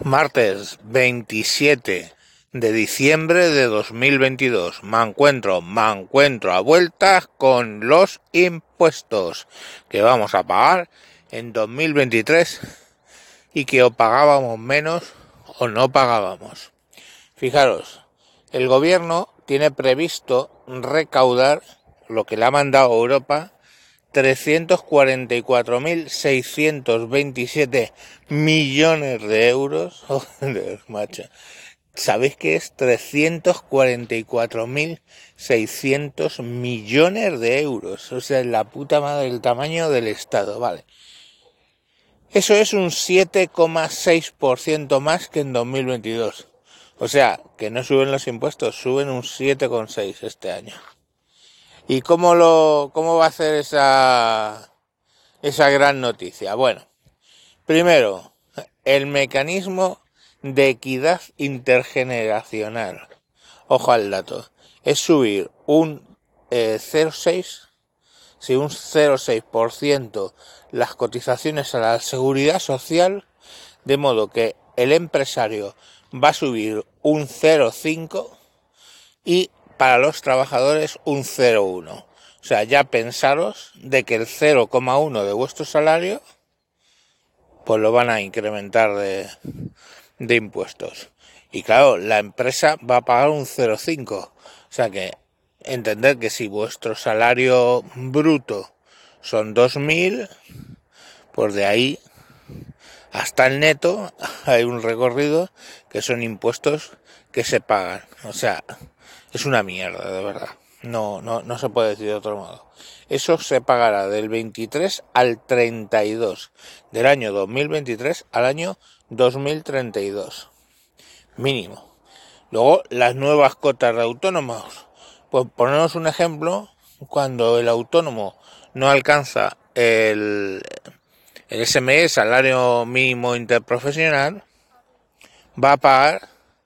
Martes 27 de diciembre de 2022. Me encuentro a vueltas con los impuestos que vamos a pagar en 2023 y que o pagábamos menos o no pagábamos. Fijaros, el gobierno tiene previsto recaudar lo que le ha mandado Europa 344.627 millones de euros. Joder, macho. ¿Sabéis qué es 344.600 millones de euros? O sea, la puta madre del tamaño del Estado, vale. Eso es un 7,6% más que en 2022. O sea, que no suben los impuestos, suben un 7,6 este año. ¿Y cómo va a hacer esa gran noticia? Bueno, primero, el mecanismo de equidad intergeneracional. Ojo al dato. Es subir un 0,6% las cotizaciones a la seguridad social, de modo que el empresario va a subir un 0,5 y para los trabajadores un 0,1. O sea, ya pensaros de que el 0,1 de vuestro salario pues lo van a incrementar de impuestos. Y claro, la empresa va a pagar un 0,5. O sea que entender que si vuestro salario bruto son 2.000, pues de ahí hasta el neto hay un recorrido que son impuestos que se pagan. O sea, es una mierda, de verdad. No se puede decir de otro modo. Eso se pagará del 23 al 32, del año 2023 al año 2032, mínimo. Luego, las nuevas cotas de autónomos. Pues ponemos un ejemplo, cuando el autónomo no alcanza el SMI, salario mínimo interprofesional, va a pagar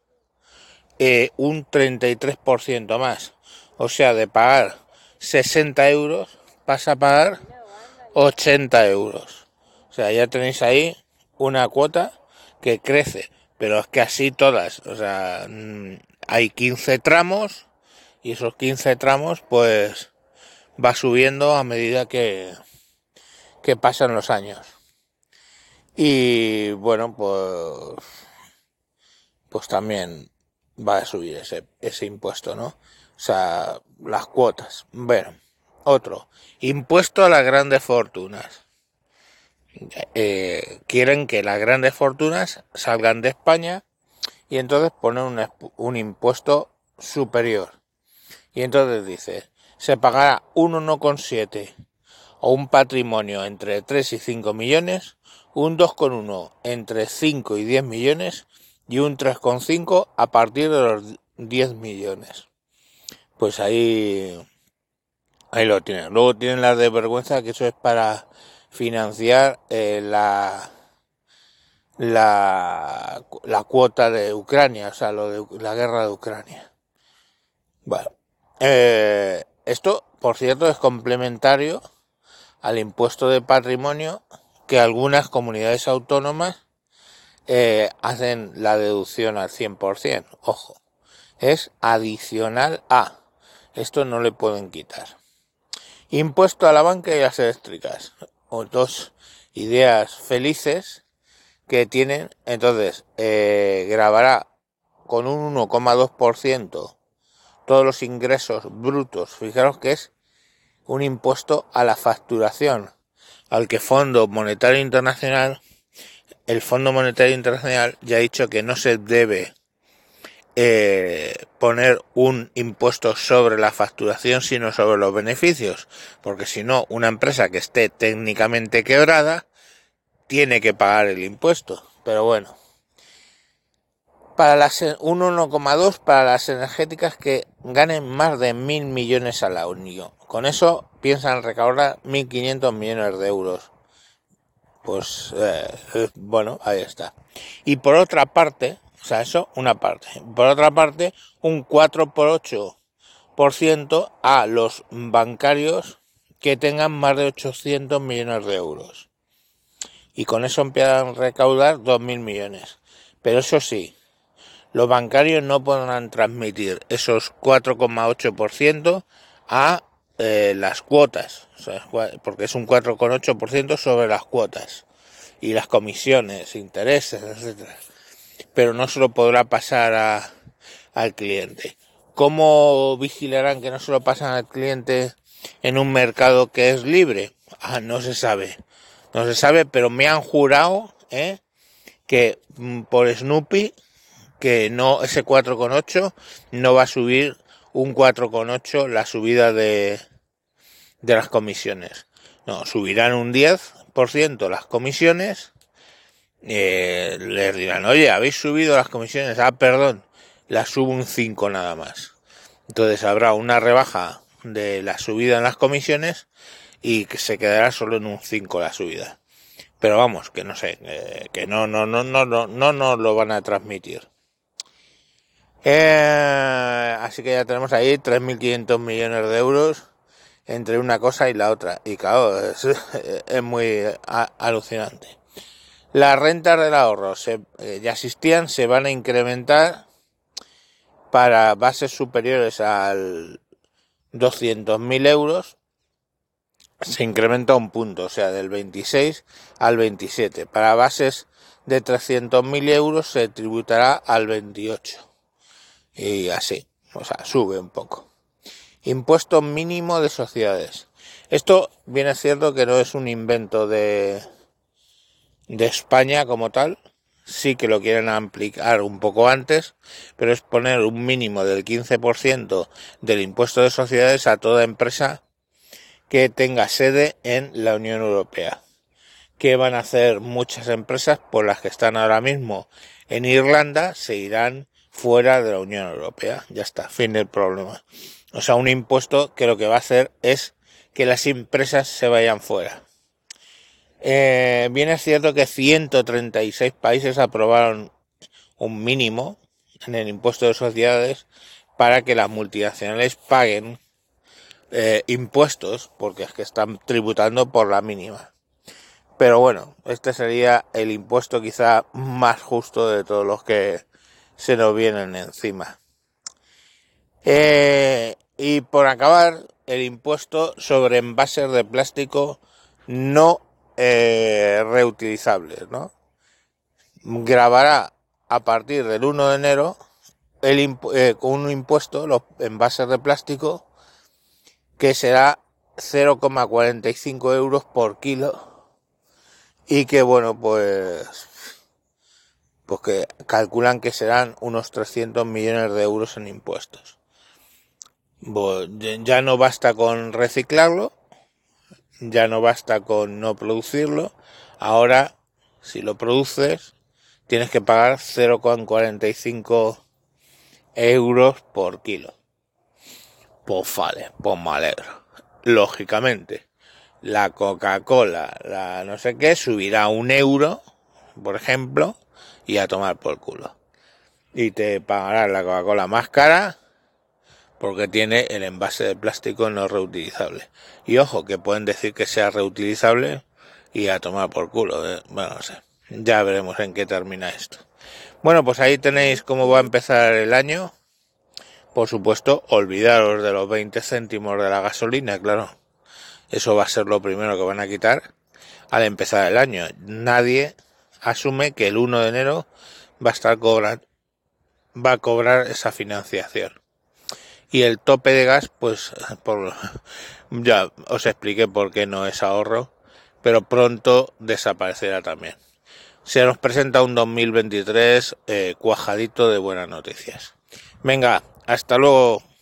un 33% más. O sea, de pagar 60 euros pasa a pagar 80 euros. O sea, ya tenéis ahí una cuota que crece. Pero es que así todas. O sea, hay 15 tramos y esos 15 tramos pues va subiendo a medida que pasan los años. Y bueno, pues también va a subir ese impuesto, ¿no? O sea, las cuotas. Bueno, otro. Impuesto a las grandes fortunas. Quieren que las grandes fortunas salgan de España y entonces ponen un impuesto superior. Y entonces dice, se pagará un 1,7 o un patrimonio entre 3 y 5 millones, un 2,1 entre 5 y 10 millones y un 3,5 a partir de los 10 millones. Pues ahí lo tienen. Luego tienen la de vergüenza, que eso es para financiar la cuota de Ucrania, o sea, lo de la guerra de Ucrania. Bueno, esto, por cierto, es complementario al impuesto de patrimonio que algunas comunidades autónomas hacen la deducción al 100%. Ojo, es adicional a. Esto no le pueden quitar. Impuesto a la banca y las eléctricas. Dos ideas felices que tienen. Entonces, gravará con un 1,2% todos los ingresos brutos. Fijaros que es un impuesto a la facturación, al que el Fondo Monetario Internacional ya ha dicho que no se debe poner un impuesto sobre la facturación, sino sobre los beneficios, porque si no, una empresa que esté técnicamente quebrada tiene que pagar el impuesto. Pero bueno, para un 1,2 para las energéticas que ganen más de 1.000 millones al año. Con eso piensan recaudar 1.500 millones de euros. Pues bueno, ahí está. Y por otra parte, o sea, eso una parte. Por otra parte, un 4,8% a los bancarios que tengan más de 800 millones de euros. Y con eso empiezan a recaudar 2.000 millones. Pero eso sí, los bancarios no podrán transmitir esos 4,8% a las cuotas, o sea, porque es un 4,8% sobre las cuotas y las comisiones, intereses, etcétera. Pero no se lo podrá pasar al cliente. ¿Cómo vigilarán que no se lo pasan al cliente en un mercado que es libre? No se sabe. No se sabe, pero me han jurado que por Snoopy que no, ese 4,8 no va a subir un 4,8 la subida de las comisiones. No, subirán un 10% las comisiones. Les dirán, oye, habéis subido las comisiones. Perdón, las subo un 5 nada más. Entonces habrá una rebaja de la subida en las comisiones y que se quedará solo en un 5 la subida. Pero vamos, que no sé, que no lo van a transmitir. Así que ya tenemos ahí 3.500 millones de euros entre una cosa y la otra. Y claro, es muy alucinante. Las rentas del ahorro ya existían, se van a incrementar para bases superiores al 200.000 euros. Se incrementa un punto, o sea, del 26 al 27. Para bases de 300.000 euros se tributará al 28. Y así, o sea, sube un poco. Impuesto mínimo de sociedades. Esto viene cierto que no es un invento de España como tal. Sí que lo quieren aplicar un poco antes, pero es poner un mínimo del 15% del impuesto de sociedades a toda empresa que tenga sede en la Unión Europea. ¿Qué van a hacer muchas empresas? Por las que están ahora mismo en Irlanda, se irán fuera de la Unión Europea. Ya está, fin del problema. O sea, un impuesto que lo que va a hacer es que las empresas se vayan fuera. Bien es cierto que 136 países aprobaron un mínimo en el impuesto de sociedades para que las multinacionales paguen impuestos, porque es que están tributando por la mínima. Pero bueno, este sería el impuesto quizá más justo de todos los que se nos vienen encima. Y por acabar, el impuesto sobre envases de plástico no reutilizables, ¿no? Grabará a partir del 1 de enero con un impuesto los envases de plástico que será 0,45 euros por kilo y que bueno, pues que calculan que serán unos 300 millones de euros en impuestos. Ya no basta con reciclarlo, ya no basta con no producirlo, ahora si lo produces tienes que pagar 0,45 euros por kilo. Pues vale, pues me alegro. Lógicamente, la Coca-Cola, la no sé qué, subirá 1 euro, por ejemplo, y a tomar por culo. Y te pagarás la Coca-Cola más cara porque tiene el envase de plástico no reutilizable. Y ojo, que pueden decir que sea reutilizable y a tomar por culo. Bueno, no sé. Ya veremos en qué termina esto. Bueno, pues ahí tenéis cómo va a empezar el año. Por supuesto, olvidaros de los 20 céntimos de la gasolina, claro. Eso va a ser lo primero que van a quitar al empezar el año. Nadie asume que el 1 de enero va a cobrar esa financiación. Y el tope de gas, pues ya os expliqué por qué no es ahorro, pero pronto desaparecerá también. Se nos presenta un 2023 cuajadito de buenas noticias. Venga, hasta luego.